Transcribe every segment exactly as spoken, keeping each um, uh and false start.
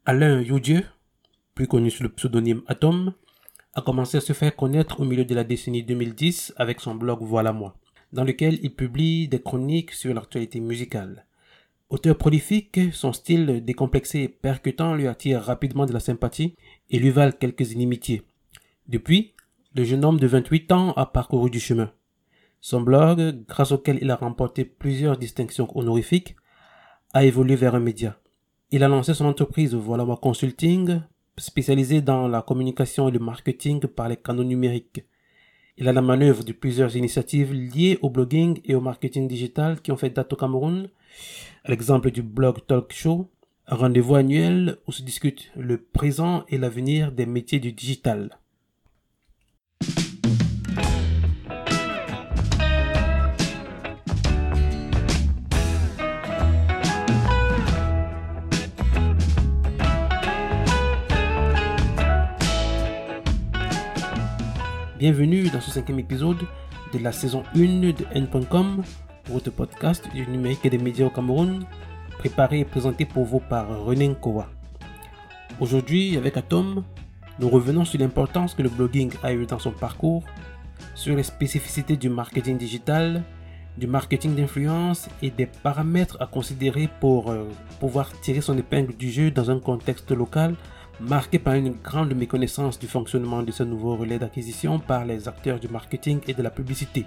Alain Youdieu, plus connu sous le pseudonyme Atom, a commencé à se faire connaître au milieu de la décennie deux mille dix avec son blog Voilà Moi, dans lequel il publie des chroniques sur l'actualité musicale. Auteur prolifique, son style décomplexé et percutant lui attire rapidement de la sympathie et lui valent quelques inimitiés. Depuis, le jeune homme de vingt-huit ans a parcouru du chemin. Son blog, grâce auquel il a remporté plusieurs distinctions honorifiques, a évolué vers un média. Il a lancé son entreprise Voilà Moi Consulting, spécialisée dans la communication et le marketing par les canaux numériques. Il a la manœuvre de plusieurs initiatives liées au blogging et au marketing digital qui ont fait date au Cameroun, à l'exemple du blog Talk Show, un rendez-vous annuel où se discute le présent et l'avenir des métiers du digital. Bienvenue dans ce cinquième épisode de la saison un de N point com, votre podcast du numérique et des médias au Cameroun, préparé et présenté pour vous par René Nkowa. Aujourd'hui, avec Atom, nous revenons sur l'importance que le blogging a eu dans son parcours, sur les spécificités du marketing digital, du marketing d'influence et des paramètres à considérer pour euh, pouvoir tirer son épingle du jeu dans un contexte local marqué par une grande méconnaissance du fonctionnement de ce nouveau relais d'acquisition par les acteurs du marketing et de la publicité.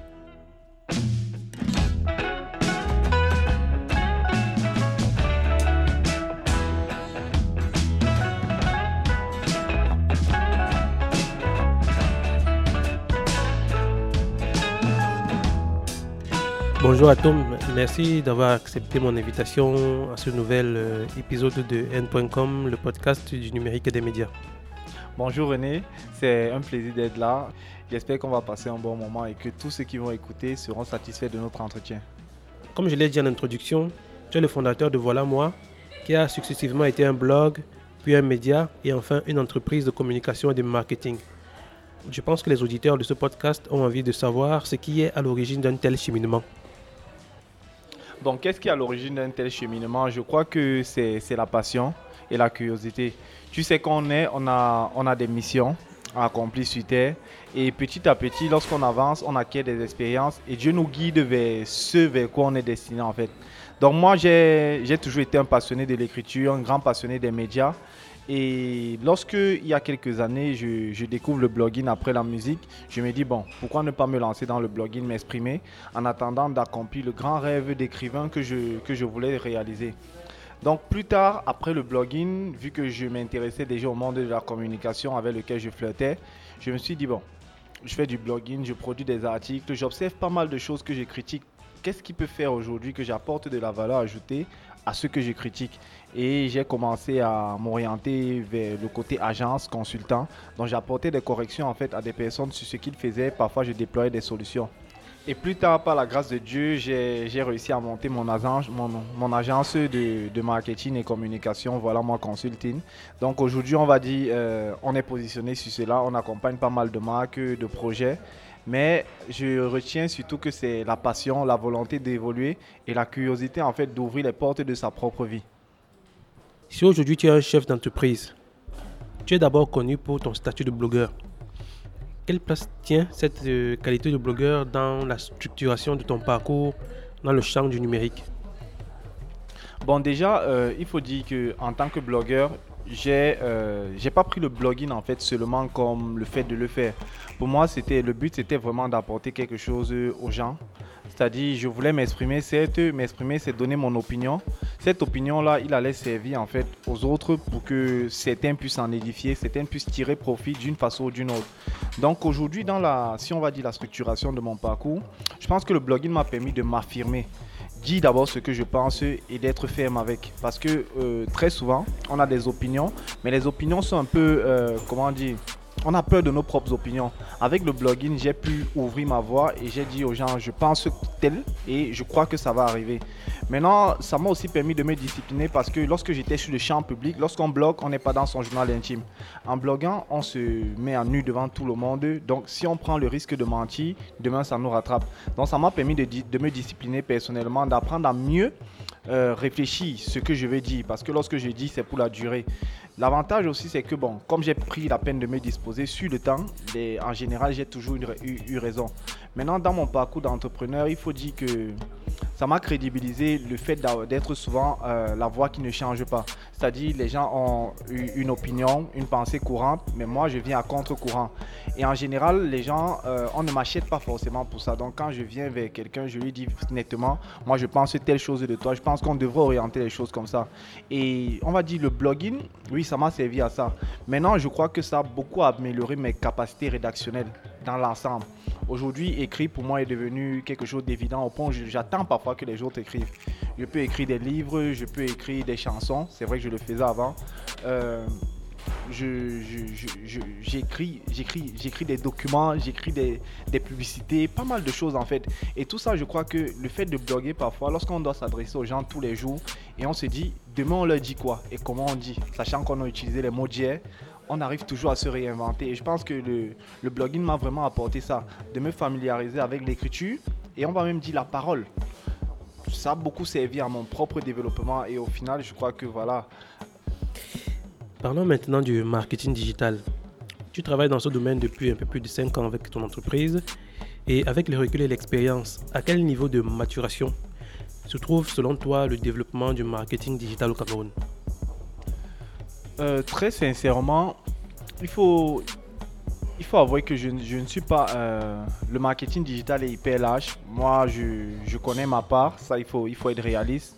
Bonjour Atom, merci d'avoir accepté mon invitation à ce nouvel euh, épisode de N point com, le podcast du numérique et des médias. Bonjour René, c'est un plaisir d'être là. J'espère qu'on va passer un bon moment et que tous ceux qui vont écouter seront satisfaits de notre entretien. Comme je l'ai dit en introduction, tu es le fondateur de Voilà Moi, qui a successivement été un blog, puis un média et enfin une entreprise de communication et de marketing. Je pense que les auditeurs de ce podcast ont envie de savoir ce qui est à l'origine d'un tel cheminement. Donc, qu'est-ce qui est à l'origine d'un tel cheminement? Je crois que c'est, c'est la passion et la curiosité. Tu sais qu'on est, on a, on a des missions à accomplir sur Terre. Et petit à petit, lorsqu'on avance, on acquiert des expériences et Dieu nous guide vers ce vers quoi on est destiné en fait. Donc moi, j'ai, j'ai toujours été un passionné de l'écriture, un grand passionné des médias. Et lorsque, il y a quelques années, je, je découvre le blogging après la musique, je me dis, bon, pourquoi ne pas me lancer dans le blogging, m'exprimer, en attendant d'accomplir le grand rêve d'écrivain que je, que je voulais réaliser. Donc plus tard, après le blogging, vu que je m'intéressais déjà au monde de la communication avec lequel je flirtais, je me suis dit, bon, je fais du blogging, je produis des articles, j'observe pas mal de choses que je critique. Qu'est-ce qui peut faire aujourd'hui que j'apporte de la valeur ajoutée à ce que je critique? Et j'ai commencé à m'orienter vers le côté agence, consultant. Donc j'apportais des corrections en fait à des personnes sur ce qu'ils faisaient. Parfois je déployais des solutions. Et plus tard, par la grâce de Dieu, j'ai, j'ai réussi à monter mon agence, mon, mon agence de, de marketing et communication, Voilà Moi Consulting. Donc aujourd'hui, on va dire, euh, on est positionné sur cela. On accompagne pas mal de marques, de projets. Mais je retiens surtout que c'est la passion, la volonté d'évoluer et la curiosité en fait d'ouvrir les portes de sa propre vie. Si aujourd'hui tu es un chef d'entreprise, tu es d'abord connu pour ton statut de blogueur. Quelle place tient cette euh, qualité de blogueur dans la structuration de ton parcours dans le champ du numérique? Bon, déjà, euh, il faut dire qu'en tant que blogueur, j'ai euh, j'ai pas pris le blogging en fait seulement comme le fait de le faire. Pour moi, c'était le but, c'était vraiment d'apporter quelque chose aux gens. C'est-à-dire, je voulais m'exprimer, certes, m'exprimer, c'est donner mon opinion. Cette opinion-là, il allait servir en fait aux autres pour que certains puissent en édifier, certains puissent tirer profit d'une façon ou d'une autre. Donc aujourd'hui, dans la, si on va dire la structuration de mon parcours, je pense que le blogging m'a permis de m'affirmer. Dire d'abord ce que je pense et d'être ferme avec. Parce que euh, très souvent, on a des opinions, mais les opinions sont un peu, euh, comment dire, on a peur de nos propres opinions. Avec le blogging, j'ai pu ouvrir ma voix et j'ai dit aux gens, je pense tel et je crois que ça va arriver. Maintenant, ça m'a aussi permis de me discipliner parce que lorsque j'étais sur le champ public, lorsqu'on blogue, on n'est pas dans son journal intime. En bloguant, on se met à nu devant tout le monde. Donc, si on prend le risque de mentir, demain, ça nous rattrape. Donc, ça m'a permis de, de me discipliner personnellement, d'apprendre à mieux euh, réfléchir ce que je vais dire. Parce que lorsque je dis, c'est pour la durée. L'avantage aussi, c'est que, bon, comme j'ai pris la peine de me disposer sur le temps, les, en général, j'ai toujours eu, eu, eu raison. Maintenant, dans mon parcours d'entrepreneur, il faut dire que ça m'a crédibilisé le fait d'être souvent euh, la voix qui ne change pas. C'est-à-dire, les gens ont une opinion, une pensée courante, mais moi, je viens à contre-courant. Et en général, les gens, euh, on ne m'achète pas forcément pour ça. Donc, quand je viens vers quelqu'un, je lui dis nettement, moi, je pense telle chose de toi. Je pense qu'on devrait orienter les choses comme ça. Et on va dire le blogging, oui, ça m'a servi à ça. Maintenant, je crois que ça a beaucoup amélioré mes capacités rédactionnelles dans l'ensemble. Aujourd'hui, écrire pour moi est devenu quelque chose d'évident au point où j'attends parfois que les autres écrivent. Je peux écrire des livres, je peux écrire des chansons. C'est vrai que je le faisais avant. Euh, je, je, je, je, j'écris, j'écris, j'écris des documents, j'écris des, des publicités, pas mal de choses en fait. Et tout ça, je crois que le fait de bloguer parfois, lorsqu'on doit s'adresser aux gens tous les jours et on se dit, demain on leur dit quoi et comment on dit, sachant qu'on a utilisé les mots d'hier, on arrive toujours à se réinventer. Et je pense que le, le blogging m'a vraiment apporté ça, de me familiariser avec l'écriture et on va même dire la parole. Ça a beaucoup servi à mon propre développement et au final, je crois que voilà. Parlons maintenant du marketing digital. Tu travailles dans ce domaine depuis un peu plus de cinq ans avec ton entreprise et avec le recul et l'expérience, à quel niveau de maturation se trouve selon toi le développement du marketing digital au Cameroun ? Euh, très sincèrement, il faut, il faut avouer que je, je ne suis pas... Euh, le marketing digital est hyper large. Moi, je, je connais ma part. Ça, il faut, il faut être réaliste.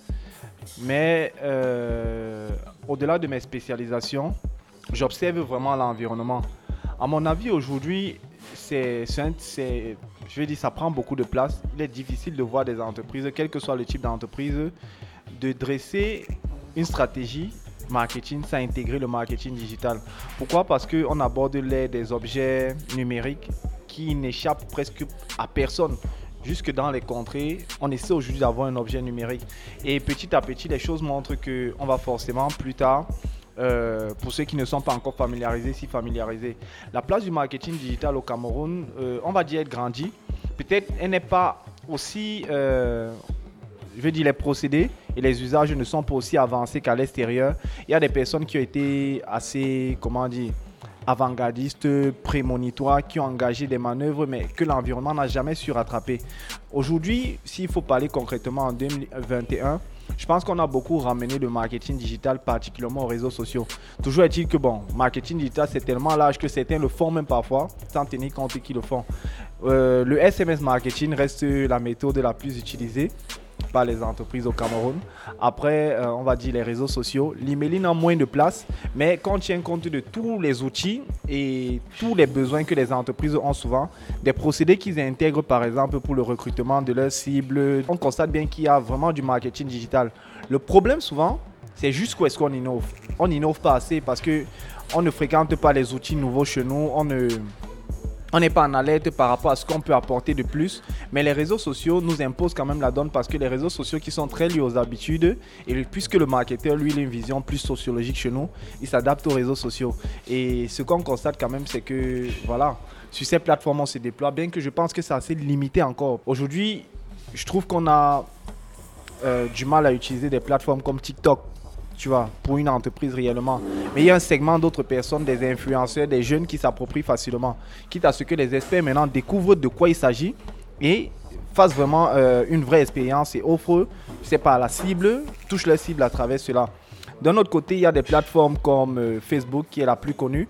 Mais euh, au-delà de mes spécialisations, j'observe vraiment l'environnement. À mon avis, aujourd'hui, c'est, c'est, c'est, je vais dire, ça prend beaucoup de place. Il est difficile de voir des entreprises, quel que soit le type d'entreprise, de dresser une stratégie marketing sans intégrer le marketing digital. Pourquoi ? Parce qu'on aborde les, des objets numériques qui n'échappent presque à personne. Jusque dans les contrées, on essaie aujourd'hui d'avoir un objet numérique. Et petit à petit, les choses montrent qu'on va forcément plus tard, euh, pour ceux qui ne sont pas encore familiarisés, s'y familiariser. La place du marketing digital au Cameroun, euh, on va dire être grandie. Peut-être elle n'est pas aussi, euh, je veux dire, les procédés et les usages ne sont pas aussi avancés qu'à l'extérieur. Il y a des personnes qui ont été assez, comment dire, avant-gardistes, prémonitoires, qui ont engagé des manœuvres, mais que l'environnement n'a jamais su rattraper. Aujourd'hui, s'il faut parler concrètement en deux mille vingt et un, je pense qu'on a beaucoup ramené le marketing digital, particulièrement aux réseaux sociaux. Toujours est-il que, bon, marketing digital, c'est tellement large que certains le font même parfois, sans tenir compte qui le font. Euh, le S M S marketing reste la méthode la plus utilisée par les entreprises au Cameroun. Après, euh, on va dire les réseaux sociaux. L'emailing a moins de place, mais quand on tient compte de tous les outils et tous les besoins que les entreprises ont souvent, des procédés qu'ils intègrent par exemple pour le recrutement de leurs cibles, on constate bien qu'il y a vraiment du marketing digital. Le problème souvent, c'est juste où est-ce qu'on innove. On n'innove pas assez parce qu'on ne fréquente pas les outils nouveaux chez nous, on ne... On n'est pas en alerte par rapport à ce qu'on peut apporter de plus, mais les réseaux sociaux nous imposent quand même la donne parce que les réseaux sociaux qui sont très liés aux habitudes, et puisque le marketeur, lui, il a une vision plus sociologique chez nous, il s'adapte aux réseaux sociaux. Et ce qu'on constate quand même, c'est que, voilà, sur ces plateformes, on se déploie, bien que je pense que c'est assez limité encore. Aujourd'hui, je trouve qu'on a euh, du mal à utiliser des plateformes comme TikTok, tu vois, pour une entreprise réellement. Mais il y a un segment d'autres personnes, des influenceurs, des jeunes qui s'approprient facilement. Quitte à ce que les experts maintenant découvrent de quoi il s'agit et fassent vraiment euh, une vraie expérience et offrent, je sais pas, la cible, touchent leur cible à travers cela. D'un autre côté, il y a des plateformes comme euh, Facebook qui est la plus connue,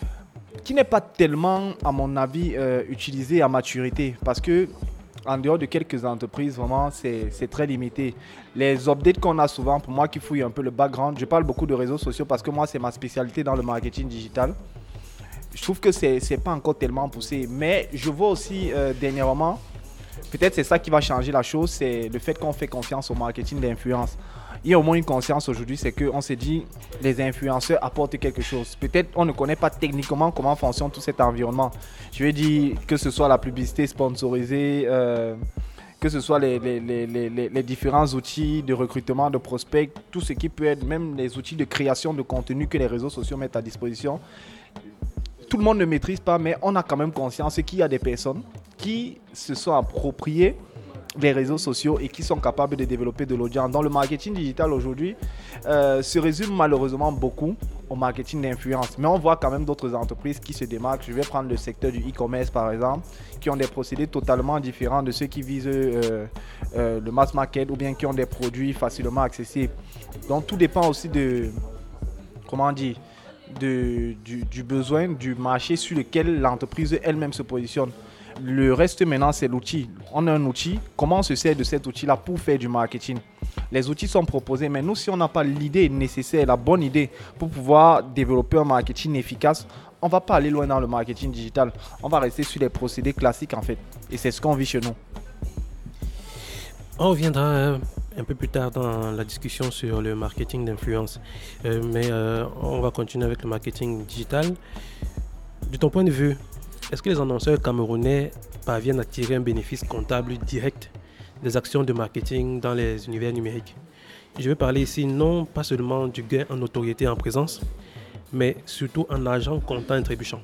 qui n'est pas tellement, à mon avis, euh, utilisée à maturité parce que en dehors de quelques entreprises, vraiment, c'est, c'est très limité. Les updates qu'on a souvent, pour moi qui fouille un peu le background, je parle beaucoup de réseaux sociaux parce que moi, c'est ma spécialité dans le marketing digital. Je trouve que c'est, c'est pas encore tellement poussé. Mais je vois aussi euh, dernièrement, peut-être c'est ça qui va changer la chose, c'est le fait qu'on fait confiance au marketing d'influence. il y a au moins une conscience aujourd'hui, c'est qu'on s'est dit les influenceurs apportent quelque chose. Peut-être on ne connaît pas techniquement comment fonctionne tout cet environnement. Je veux dire que ce soit la publicité sponsorisée, euh, que ce soit les, les, les, les, les différents outils de recrutement, de prospects, tout ce qui peut être, même les outils de création de contenu que les réseaux sociaux mettent à disposition. Tout le monde ne maîtrise pas, mais on a quand même conscience qu'il y a des personnes qui se sont appropriées les réseaux sociaux et qui sont capables de développer de l'audience. Donc le marketing digital aujourd'hui euh, se résume malheureusement beaucoup au marketing d'influence. Mais on voit quand même d'autres entreprises qui se démarquent. Je vais prendre le secteur du e-commerce par exemple, qui ont des procédés totalement différents de ceux qui visent euh, euh, le mass market ou bien qui ont des produits facilement accessibles. Donc tout dépend aussi de, comment dire, de, du, du besoin du marché sur lequel l'entreprise elle-même se positionne. Le reste maintenant, c'est l'outil. On a un outil. Comment on se sert de cet outil-là pour faire du marketing? Les outils sont proposés, mais nous, si on n'a pas l'idée nécessaire, la bonne idée pour pouvoir développer un marketing efficace, on ne va pas aller loin dans le marketing digital. On va rester sur les procédés classiques en fait. Et c'est ce qu'on vit chez nous. On reviendra euh, un peu plus tard dans la discussion sur le marketing d'influence. Euh, mais euh, on va continuer avec le marketing digital. De ton point de vue, est-ce que les annonceurs camerounais parviennent à tirer un bénéfice comptable direct des actions de marketing dans les univers numériques? Je vais parler ici non pas seulement du gain en notoriété et en présence, mais surtout en argent comptant et trébuchant.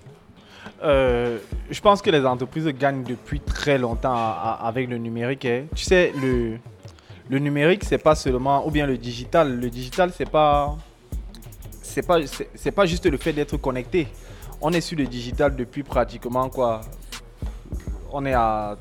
Euh, je pense que les entreprises gagnent depuis très longtemps à, à, avec le numérique. Hein. Tu sais, le, le numérique, c'est pas seulement, ou bien le digital. Le digital, c'est pas, c'est pas, c'est, c'est pas juste le fait d'être connecté. On est sur le digital depuis pratiquement quoi? On est à,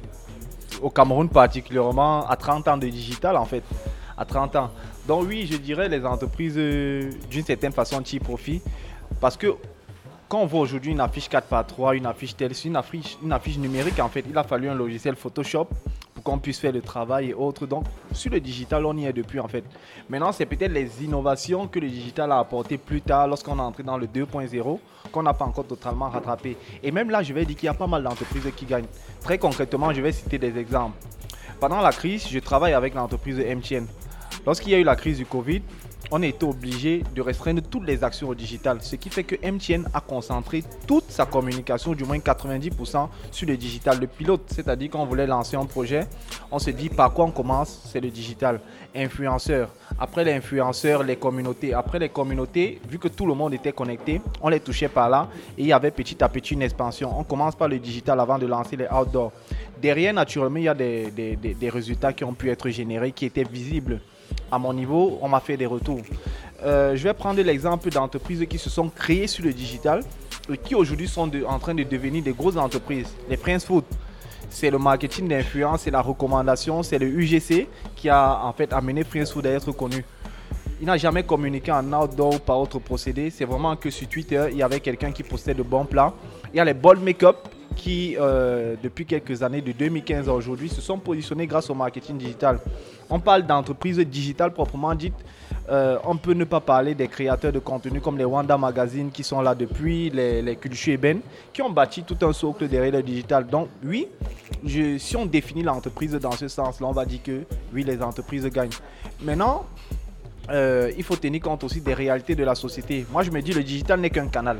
au Cameroun particulièrement à trente ans de digital en fait. À trente ans. Donc oui, je dirais les entreprises euh, d'une certaine façon tirent profit. Parce que quand on voit aujourd'hui une affiche quatre par trois, une affiche telle, c'est une affiche, une affiche numérique en fait. Il a fallu un logiciel Photoshop pour qu'on puisse faire le travail et autres. Donc sur le digital, on y est depuis en fait. Maintenant, c'est peut-être les innovations que le digital a apportées plus tard lorsqu'on est entré dans le deux point zéro qu'on n'a pas encore totalement rattrapé. Et même là, je vais dire qu'il y a pas mal d'entreprises qui gagnent. Très concrètement, je vais citer des exemples. Pendant la crise, je travaille avec l'entreprise M T N. Lorsqu'il y a eu la crise du Covid, on a été obligé de restreindre toutes les actions au digital. Ce qui fait que M T N a concentré toute sa communication, du moins quatre-vingt-dix pour cent, sur le digital. Le pilote, c'est-à-dire qu'on voulait lancer un projet, on se dit par quoi on commence, c'est le digital. Influenceurs. Après les influenceurs, les communautés. Après les communautés, vu que tout le monde était connecté, on les touchait par là et il y avait petit à petit une expansion. On commence par le digital avant de lancer les outdoors. Derrière, naturellement, il y a des, des, des, des résultats qui ont pu être générés, qui étaient visibles. À mon niveau, on m'a fait des retours. Euh, je vais prendre l'exemple d'entreprises qui se sont créées sur le digital et qui aujourd'hui sont de, en train de devenir des grosses entreprises. Les Prince Food, c'est le marketing d'influence, c'est la recommandation, c'est le U G C qui a en fait amené Prince Food à être connu. Il n'a jamais communiqué en outdoor ou par autre procédé. C'est vraiment que sur Twitter, il y avait quelqu'un qui postait de bons plats. Il y a les Bold Makeup qui, euh, depuis quelques années, de deux mille quinze à aujourd'hui, se sont positionnés grâce au marketing digital. On parle d'entreprises digitales proprement dites. Euh, on peut ne pas parler des créateurs de contenu comme les Wanda Magazine qui sont là depuis, les, les Culture Eben, qui ont bâti tout un socle derrière le digital. Donc oui, je, si on définit l'entreprise dans ce sens-là, on va dire que oui, les entreprises gagnent. Maintenant, euh, il faut tenir compte aussi des réalités de la société. Moi, je me dis le digital n'est qu'un canal.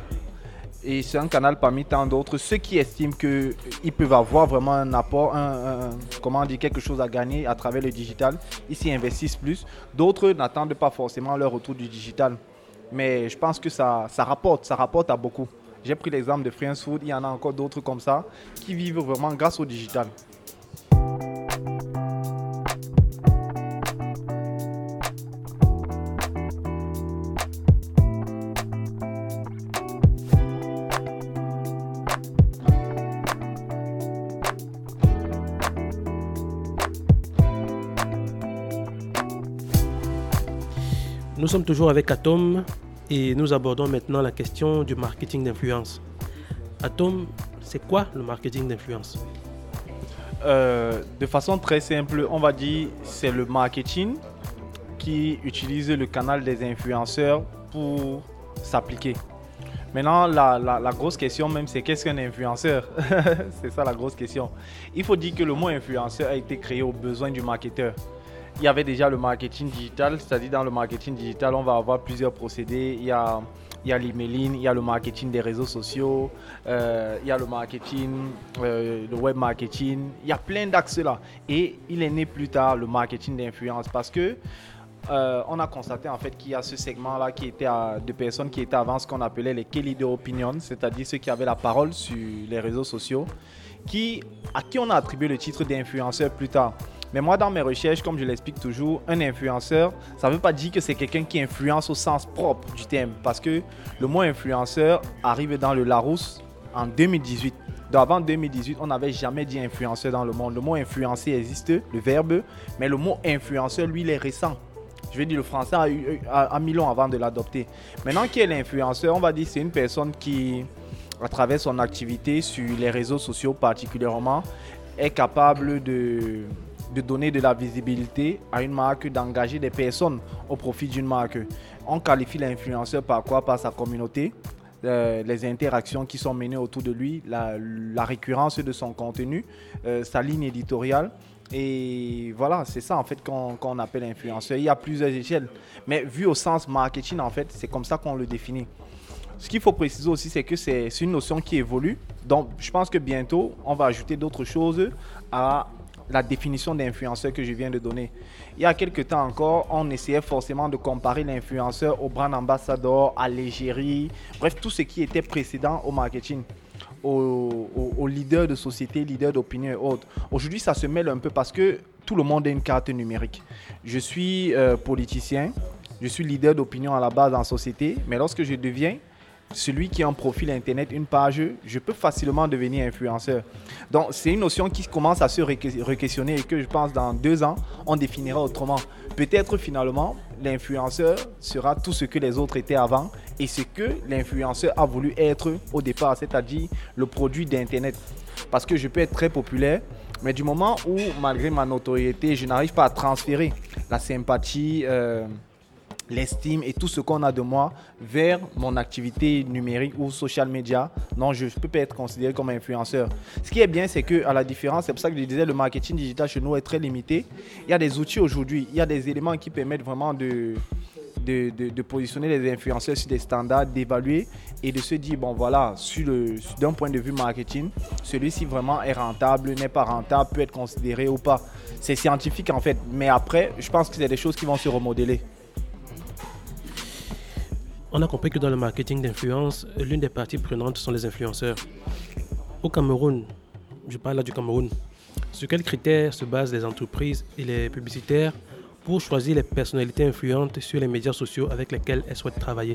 Et c'est un canal parmi tant d'autres. Ceux qui estiment qu'ils peuvent avoir vraiment un apport, un, un, comment dire, quelque chose à gagner à travers le digital, ils s'y investissent plus. D'autres n'attendent pas forcément leur retour du digital. Mais je pense que ça, ça rapporte, ça rapporte à beaucoup. J'ai pris l'exemple de Friends Food, il y en a encore d'autres comme ça qui vivent vraiment grâce au digital. Nous sommes toujours avec Atom et nous abordons maintenant la question du marketing d'influence. Atom, c'est quoi le marketing d'influence? euh, De façon très simple, on va dire c'est le marketing qui utilise le canal des influenceurs pour s'appliquer. Maintenant, la, la, la grosse question même, c'est qu'est-ce qu'un influenceur? C'est ça la grosse question. Il faut dire que le mot influenceur a été créé aux besoins du marketeur. il y avait déjà le marketing digital, c'est-à-dire dans le marketing digital, on va avoir plusieurs procédés. Il y a, il y a l'emailing, il y a le marketing des réseaux sociaux, euh, il y a le marketing, euh, le web marketing, il y a plein d'axes là. Et il est né plus tard le marketing d'influence parce que Euh, on a constaté en fait qu'il y a ce segment-là qui était à, de personnes qui étaient avant ce qu'on appelait les key leader opinions, c'est-à-dire ceux qui avaient la parole sur les réseaux sociaux, qui, à qui on a attribué le titre d'influenceur plus tard. Mais moi, dans mes recherches, comme je l'explique toujours, un influenceur, ça ne veut pas dire que c'est quelqu'un qui influence au sens propre du terme, parce que le mot influenceur arrive dans le Larousse en deux mille dix-huit. Donc avant deux mille dix-huit, on n'avait jamais dit influenceur dans le monde. Le mot influencer existe, le verbe, mais le mot influenceur, lui, il est récent. Je veux dire, le français a, eu, a, a mis long avant de l'adopter. Maintenant, qui est l'influenceur? On va dire que c'est une personne qui, à travers son activité sur les réseaux sociaux particulièrement, est capable de, de donner de la visibilité à une marque, d'engager des personnes au profit d'une marque. On qualifie l'influenceur par quoi? Par sa communauté, euh, les interactions qui sont menées autour de lui, la, la récurrence de son contenu, euh, sa ligne éditoriale. Et voilà, c'est ça en fait qu'on, qu'on appelle influenceur. Il y a plusieurs échelles, mais vu au sens marketing en fait, c'est comme ça qu'on le définit. Ce qu'il faut préciser aussi, c'est que c'est, c'est une notion qui évolue. Donc, je pense que bientôt, on va ajouter d'autres choses à la définition d'influenceur que je viens de donner. Il y a quelques temps encore, on essayait forcément de comparer l'influenceur au brand ambassador, à l'égérie, bref, tout ce qui était précédent au marketing. Aux, aux, aux leaders de société, leaders d'opinion et autres. Aujourd'hui, ça se mêle un peu parce que tout le monde a une carte numérique. Je suis euh, politicien, je suis leader d'opinion à la base en société, mais lorsque je deviens celui qui a un profil internet, une page, je peux facilement devenir influenceur. Donc, c'est une notion qui commence à se re-questionner et que je pense dans deux ans, on définira autrement. Peut-être finalement, l'influenceur sera tout ce que les autres étaient avant et ce que l'influenceur a voulu être au départ, c'est-à-dire le produit d'Internet. Parce que je peux être très populaire, mais du moment où, malgré ma notoriété, je n'arrive pas à transférer la sympathie, euh, l'estime et tout ce qu'on a de moi vers mon activité numérique ou social media, non, je ne peux pas être considéré comme influenceur. Ce qui est bien, c'est qu'à la différence, c'est pour ça que je disais, le marketing digital chez nous est très limité. Il y a des outils aujourd'hui, il y a des éléments qui permettent vraiment de, de, de, de positionner les influenceurs sur des standards, d'évaluer et de se dire, bon voilà, sur le, d'un point de vue marketing, celui-ci vraiment est rentable, n'est pas rentable, peut être considéré ou pas. C'est scientifique en fait, mais après, je pense que c'est des choses qui vont se remodeler. On a compris que dans le marketing d'influence, l'une des parties prenantes sont les influenceurs. Au Cameroun, je parle là du Cameroun, sur quels critères se basent les entreprises et les publicitaires pour choisir les personnalités influentes sur les médias sociaux avec lesquels elles souhaitent travailler?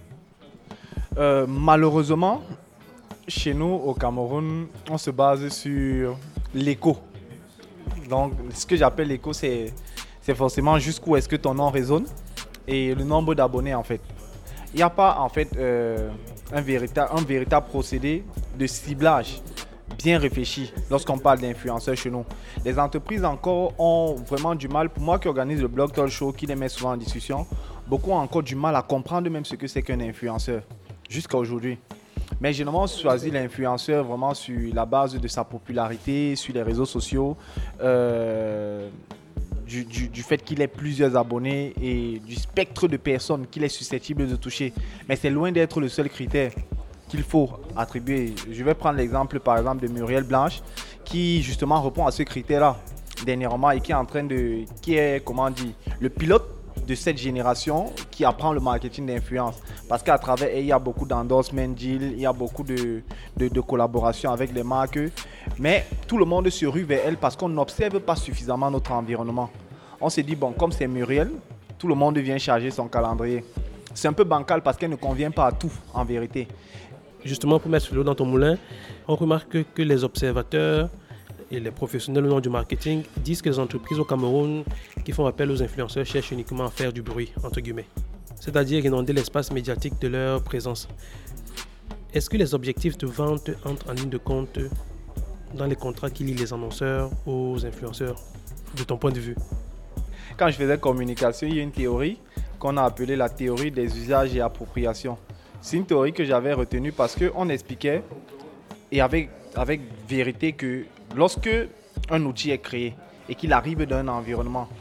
euh, Malheureusement, chez nous au Cameroun, on se base sur l'écho. Donc, ce que j'appelle l'écho, c'est, c'est forcément jusqu'où est-ce que ton nom résonne et le nombre d'abonnés en fait. Il n'y a pas en fait euh, un, véritable, un véritable procédé de ciblage bien réfléchi lorsqu'on parle d'influenceurs chez nous. Les entreprises encore ont vraiment du mal, pour moi qui organise le blog Talk Show, qui les met souvent en discussion, beaucoup ont encore du mal à comprendre même ce que c'est qu'un influenceur jusqu'à aujourd'hui. Mais généralement, on choisit l'influenceur vraiment sur la base de sa popularité, sur les réseaux sociaux, euh, Du, du, du fait qu'il ait plusieurs abonnés et du spectre de personnes qu'il est susceptible de toucher. Mais c'est loin d'être le seul critère qu'il faut attribuer. Je vais prendre l'exemple par exemple de Muriel Blanche qui justement répond à ce critère-là dernièrement et qui est en train de, qui est comment dire, le pilote de cette génération qui apprend le marketing d'influence. Parce qu'à travers elle, il y a beaucoup d'endorsement deals, il y a beaucoup de, de, de collaborations avec les marques. Mais tout le monde se rue vers elle parce qu'on n'observe pas suffisamment notre environnement. On se dit, bon, comme c'est Muriel, tout le monde vient charger son calendrier. C'est un peu bancal parce qu'elle ne convient pas à tout, en vérité. Justement, pour mettre l'eau dans ton moulin, on remarque que les observateurs et les professionnels au nom du marketing disent que les entreprises au Cameroun qui font appel aux influenceurs cherchent uniquement à faire du bruit, entre guillemets. C'est-à-dire inonder l'espace médiatique de leur présence. Est-ce que les objectifs de vente entrent en ligne de compte dans les contrats qui lient les annonceurs aux influenceurs, de ton point de vue? Quand je faisais communication, il y a une théorie qu'on a appelée la théorie des usages et appropriations. C'est une théorie que j'avais retenue parce qu'on expliquait, et avec, avec vérité, que lorsque un outil est créé et qu'il arrive d'un environnement,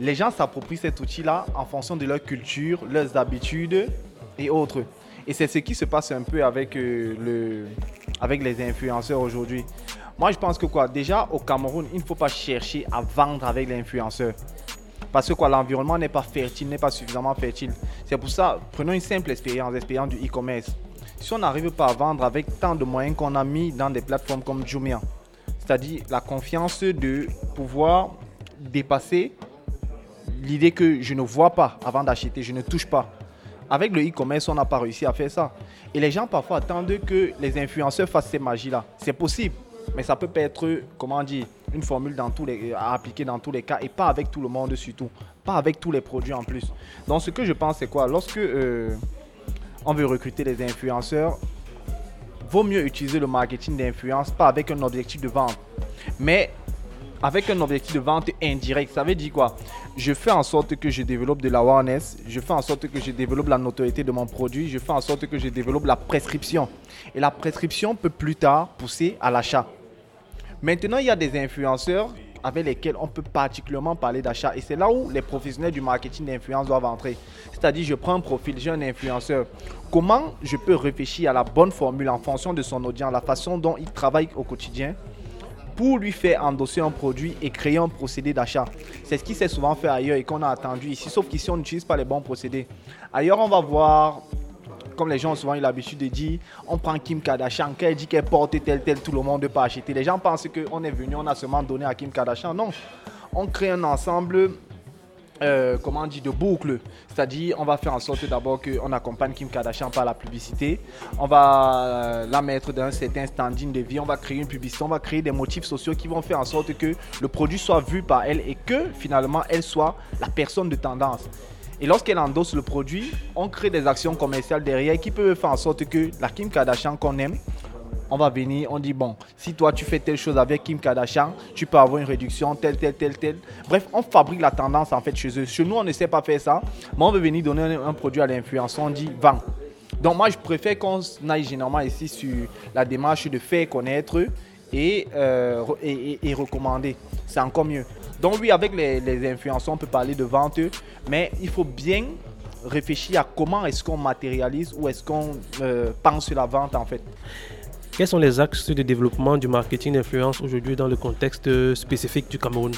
Les gens s'approprient cet outil-là en fonction de leur culture, leurs habitudes et autres. Et c'est ce qui se passe un peu avec, euh, le, avec les influenceurs aujourd'hui. Moi, je pense que quoi, déjà au Cameroun, il ne faut pas chercher à vendre avec l'influenceur. Parce que quoi, l'environnement n'est pas fertile, n'est pas suffisamment fertile. C'est pour ça, prenons une simple expérience, l'expérience du e-commerce. Si on n'arrive pas à vendre avec tant de moyens qu'on a mis dans des plateformes comme Jumia, c'est-à-dire la confiance de pouvoir dépasser l'idée que je ne vois pas avant d'acheter, je ne touche pas. Avec le e-commerce, on n'a pas réussi à faire ça. Et les gens parfois attendent que les influenceurs fassent ces magies-là. C'est possible, mais ça peut pas être, comment dire, une formule dans tous les, à appliquer dans tous les cas et pas avec tout le monde surtout. Pas avec tous les produits en plus. Donc ce que je pense, c'est quoi? Lorsque euh, on veut recruter les influenceurs, vaut mieux utiliser le marketing d'influence, pas avec un objectif de vente, mais avec un objectif de vente indirect. Ça veut dire quoi? Je fais en sorte que je développe de l'awareness, je fais en sorte que je développe la notoriété de mon produit, je fais en sorte que je développe la prescription. Et la prescription peut plus tard pousser à l'achat. Maintenant, il y a des influenceurs avec lesquels on peut particulièrement parler d'achat. Et c'est là où les professionnels du marketing d'influence doivent entrer. C'est-à-dire, je prends un profil, j'ai un influenceur. Comment je peux réfléchir à la bonne formule en fonction de son audience, la façon dont il travaille au quotidien, pour lui faire endosser un produit et créer un procédé d'achat. C'est ce qui s'est souvent fait ailleurs et qu'on a attendu ici, sauf qu'ici on n'utilise pas les bons procédés. Ailleurs on va voir, comme les gens ont souvent eu l'habitude de dire, on prend Kim Kardashian, quand elle dit qu'elle porte tel tel, tout le monde ne peut pas acheter. Les gens pensent qu'on est venu, on a seulement donné à Kim Kardashian. Non, on crée un ensemble Euh, comment on dit, de boucle. C'est-à-dire, on va faire en sorte d'abord qu'on accompagne Kim Kardashian par la publicité. On va euh, la mettre dans un certain standing de vie. On va créer une publicité. On va créer des motifs sociaux qui vont faire en sorte que le produit soit vu par elle et que finalement, elle soit la personne de tendance. Et lorsqu'elle endosse le produit, on crée des actions commerciales derrière qui peuvent faire en sorte que la Kim Kardashian qu'on aime, on va venir, on dit bon, si toi tu fais telle chose avec Kim Kardashian, tu peux avoir une réduction, telle, telle, telle, telle. Bref, on fabrique la tendance en fait chez eux. Chez nous, on ne sait pas faire ça, mais on veut venir donner un, un produit à l'influenceur, on dit vends. Donc moi, je préfère qu'on aille généralement ici sur la démarche de faire connaître et, euh, et, et, et recommander. C'est encore mieux. Donc oui, avec les, les influenceurs, on peut parler de vente, mais il faut bien réfléchir à comment est-ce qu'on matérialise ou est-ce qu'on euh, pense sur la vente en fait. Quels sont les axes de développement du marketing d'influence aujourd'hui dans le contexte spécifique du Cameroun?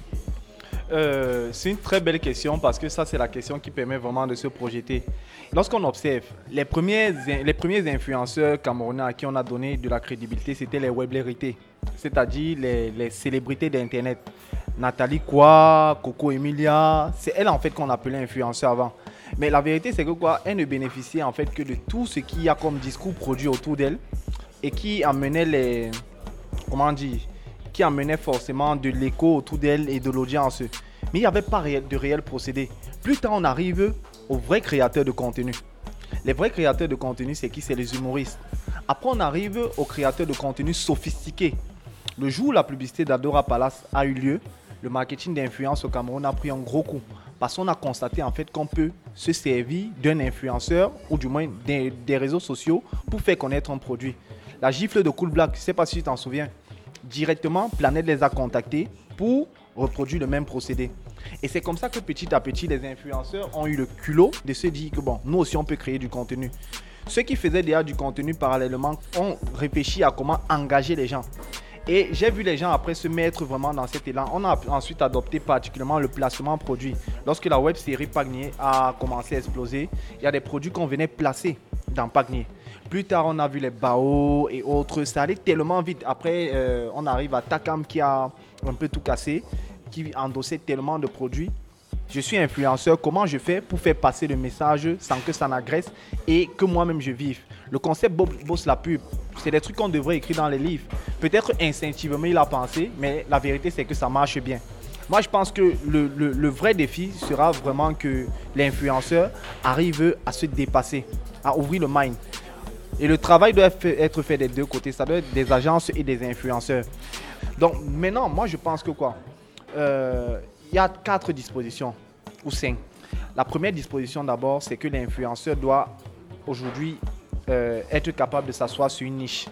euh, C'est une très belle question parce que ça, c'est la question qui permet vraiment de se projeter. Lorsqu'on observe, les premiers, les premiers influenceurs camerounais à qui on a donné de la crédibilité, c'était les weblérités, c'est-à-dire les, les célébrités d'Internet. Nathalie Kwa, Coco Emilia, c'est elle en fait qu'on appelait influenceur avant. Mais la vérité, c'est que quoi, elle ne bénéficiait en fait que de tout ce qu'il y a comme discours produit autour d'elle. Et qui amenait les, comment dire, qui amenait forcément de l'écho autour d'elle et de l'audience. Mais il n'y avait pas de réel procédé. Plus tard, on arrive aux vrais créateurs de contenu. Les vrais créateurs de contenu, c'est qui? C'est les humoristes. Après, on arrive aux créateurs de contenu sophistiqués. Le jour où la publicité d'Adora Palace a eu lieu, le marketing d'influence au Cameroun a pris un gros coup. Parce qu'on a constaté en fait qu'on peut se servir d'un influenceur ou du moins des, des réseaux sociaux pour faire connaître un produit. La gifle de Cool Black, je ne sais pas si tu t'en souviens, directement, Planète les a contactés pour reproduire le même procédé. Et c'est comme ça que petit à petit, les influenceurs ont eu le culot de se dire que bon, nous aussi on peut créer du contenu. Ceux qui faisaient déjà du contenu parallèlement ont réfléchi à comment engager les gens. Et j'ai vu les gens après se mettre vraiment dans cet élan. On a ensuite adopté particulièrement le placement produit. Lorsque la web série Pagnier a commencé à exploser, il y a des produits qu'on venait placer dans Pagnier. Plus tard, on a vu les Bao et autres. Ça allait tellement vite. Après, euh, on arrive à Takam qui a un peu tout cassé, qui endossait tellement de produits. Je suis influenceur. Comment je fais pour faire passer le message sans que ça n'agresse et que moi-même je vive? Le concept bosse la pub. C'est des trucs qu'on devrait écrire dans les livres. Peut-être instinctivement, il a pensé, mais la vérité, c'est que ça marche bien. Moi, je pense que le, le, le vrai défi sera vraiment que l'influenceur arrive à se dépasser, à ouvrir le mind. Et le travail doit être fait des deux côtés. Ça doit être des agences et des influenceurs. Donc maintenant, moi je pense que quoi, euh, il y a quatre dispositions ou cinq. La première disposition d'abord, c'est que l'influenceur doit aujourd'hui euh, être capable de s'asseoir sur une niche.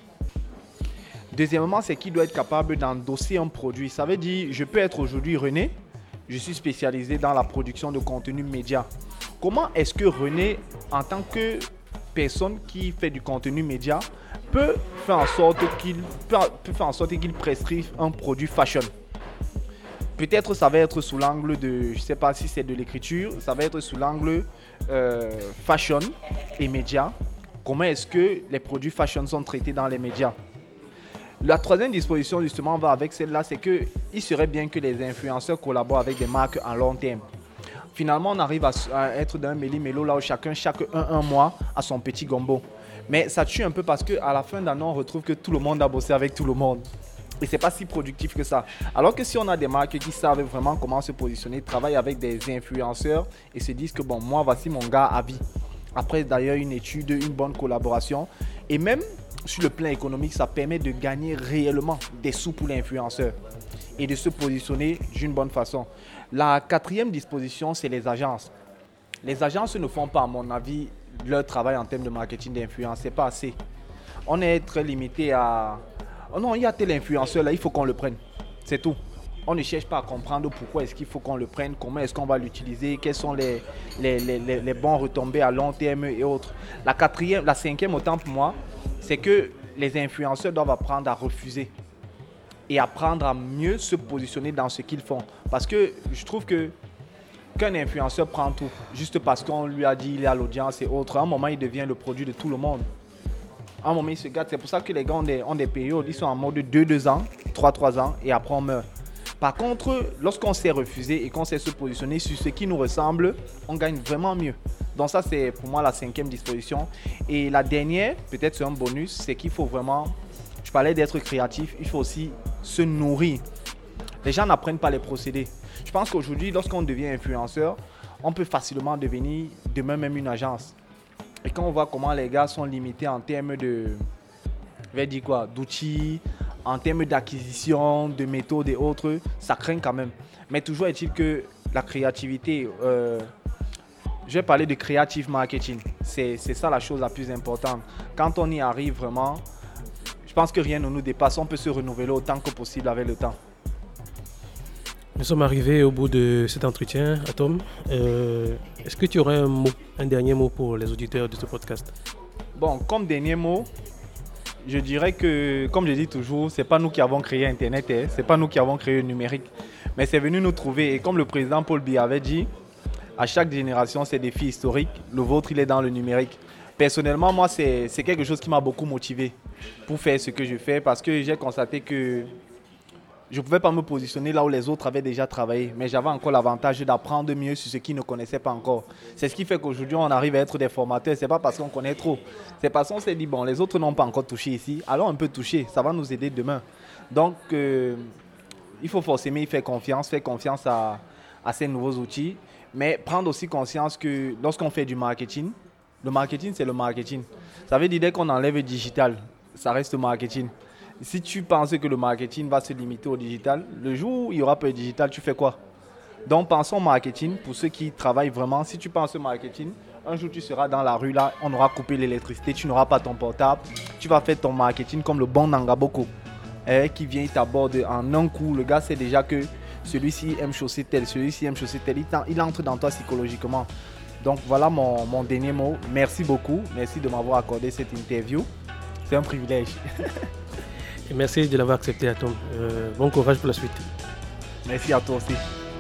Deuxièmement, c'est qu'il doit être capable d'endosser un produit. Ça veut dire, je peux être aujourd'hui René, je suis spécialisé dans la production de contenu média. Comment est-ce que René, en tant que personne qui fait du contenu média, peut faire en sorte qu'il, peut, peut faire en sorte qu'il prescrive un produit fashion? Peut-être ça va être sous l'angle de, je ne sais pas si c'est de l'écriture, ça va être sous l'angle euh, fashion et médias. Comment est-ce que les produits fashion sont traités dans les médias? La troisième disposition justement va avec celle-là, c'est qu'il serait bien que les influenceurs collaborent avec des marques en long terme. Finalement, on arrive à, à être dans un méli-mélo là où chacun, chaque un, un mois, a son petit gombo. Mais ça tue un peu parce qu'à la fin d'année, on retrouve que tout le monde a bossé avec tout le monde. Et ce n'est pas si productif que ça. Alors que si on a des marques qui savent vraiment comment se positionner, travaillent avec des influenceurs et se disent que bon, moi, voici mon gars à vie. Après d'ailleurs une étude, une bonne collaboration. Et même sur le plan économique, ça permet de gagner réellement des sous pour l'influenceur et de se positionner d'une bonne façon. La quatrième disposition, c'est les agences. Les agences ne font pas, à mon avis, leur travail en termes de marketing d'influence. Ce n'est pas assez. On est très limité à... Oh non, il y a tel influenceur là, il faut qu'on le prenne. C'est tout. On ne cherche pas à comprendre pourquoi est-ce qu'il faut qu'on le prenne, comment est-ce qu'on va l'utiliser, quels sont les, les, les, les, les bons retombées à long terme et autres. La quatrième, la cinquième autant pour moi, c'est que les influenceurs doivent apprendre à refuser et apprendre à mieux se positionner dans ce qu'ils font. Parce que je trouve que qu'un influenceur prend tout, juste parce qu'on lui a dit il est à l'audience et autres, à un moment il devient le produit de tout le monde. À un moment il se gâte, c'est pour ça que les gars ont des, ont des périodes, ils sont en mode deux deux ans, trois trois ans et après on meurt. Par contre, lorsqu'on sait refuser et qu'on sait se positionner sur ce qui nous ressemble, on gagne vraiment mieux. Donc ça, c'est pour moi la cinquième disposition. Et la dernière, peut-être c'est un bonus, c'est qu'il faut vraiment, je parlais d'être créatif, il faut aussi se nourrir. Les gens n'apprennent pas les procédés. Je pense qu'aujourd'hui, lorsqu'on devient influenceur, on peut facilement devenir demain même une agence. Et quand on voit comment les gars sont limités en termes de, je vais dire quoi, d'outils, en termes d'acquisition, de méthodes et autres, ça craint quand même. Mais toujours est-il que la créativité, euh, je vais parler de creative marketing, c'est, c'est ça la chose la plus importante. Quand on y arrive vraiment, je pense que rien ne nous dépasse, on peut se renouveler autant que possible avec le temps. Nous sommes arrivés au bout de cet entretien, Atom. Euh, est-ce que tu aurais un mot, un dernier mot pour les auditeurs de ce podcast? Bon, comme dernier mot, je dirais que, comme je dis toujours, ce n'est pas nous qui avons créé Internet, hein, ce n'est pas nous qui avons créé le numérique, mais c'est venu nous trouver. Et comme le président Paul Biya avait dit, à chaque génération, c'est des défis historiques. Le vôtre, il est dans le numérique. Personnellement, moi, c'est, c'est quelque chose qui m'a beaucoup motivé pour faire ce que je fais parce que j'ai constaté que je ne pouvais pas me positionner là où les autres avaient déjà travaillé, mais j'avais encore l'avantage d'apprendre mieux sur ce qu'ils ne connaissaient pas encore. C'est ce qui fait qu'aujourd'hui, on arrive à être des formateurs. Ce n'est pas parce qu'on connaît trop. C'est parce qu'on s'est dit, bon, les autres n'ont pas encore touché ici, alors on peut toucher, ça va nous aider demain. Donc, euh, il faut forcément y faire confiance, faire confiance à, à ces nouveaux outils, mais prendre aussi conscience que lorsqu'on fait du marketing, le marketing, c'est le marketing. Ça veut dire dès qu'on enlève le digital, ça reste marketing. Si tu penses que le marketing va se limiter au digital, le jour où il n'y aura pas de digital, tu fais quoi? Donc, pensons marketing pour ceux qui travaillent vraiment. Si tu penses marketing, un jour tu seras dans la rue là, on aura coupé l'électricité, tu n'auras pas ton portable. Tu vas faire ton marketing comme le bon Nangaboko eh, qui vient, il t'aborde en un coup. Le gars sait déjà que celui-ci aime chausser tel, celui-ci aime chausser tel. Il, il entre dans toi psychologiquement. Donc, voilà mon, mon dernier mot. Merci beaucoup. Merci de m'avoir accordé cette interview. C'est un privilège. Et merci de l'avoir accepté, Atom. Euh, bon courage pour la suite. Merci à toi aussi.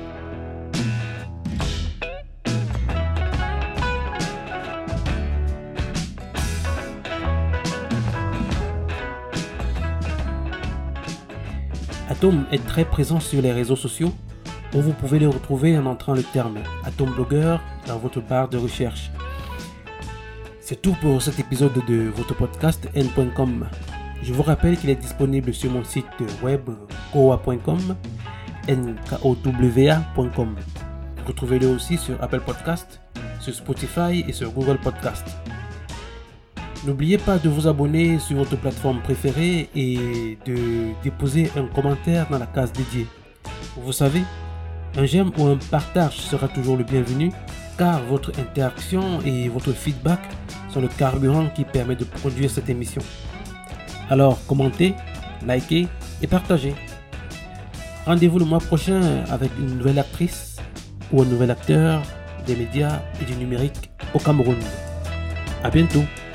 Atom est très présent sur les réseaux sociaux où vous pouvez le retrouver en entrant le terme Atom Blogueur dans votre barre de recherche. C'est tout pour cet épisode de votre podcast N point com. Je vous rappelle qu'il est disponible sur mon site web kowa point com, n k o w a point com. Retrouvez-le aussi sur Apple Podcast, sur Spotify et sur Google Podcast. N'oubliez pas de vous abonner sur votre plateforme préférée et de déposer un commentaire dans la case dédiée. Vous savez, un j'aime ou un partage sera toujours le bienvenu car votre interaction et votre feedback sont le carburant qui permet de produire cette émission. Alors commentez, likez et partagez. Rendez-vous le mois prochain avec une nouvelle actrice ou un nouvel acteur des médias et du numérique au Cameroun. À bientôt.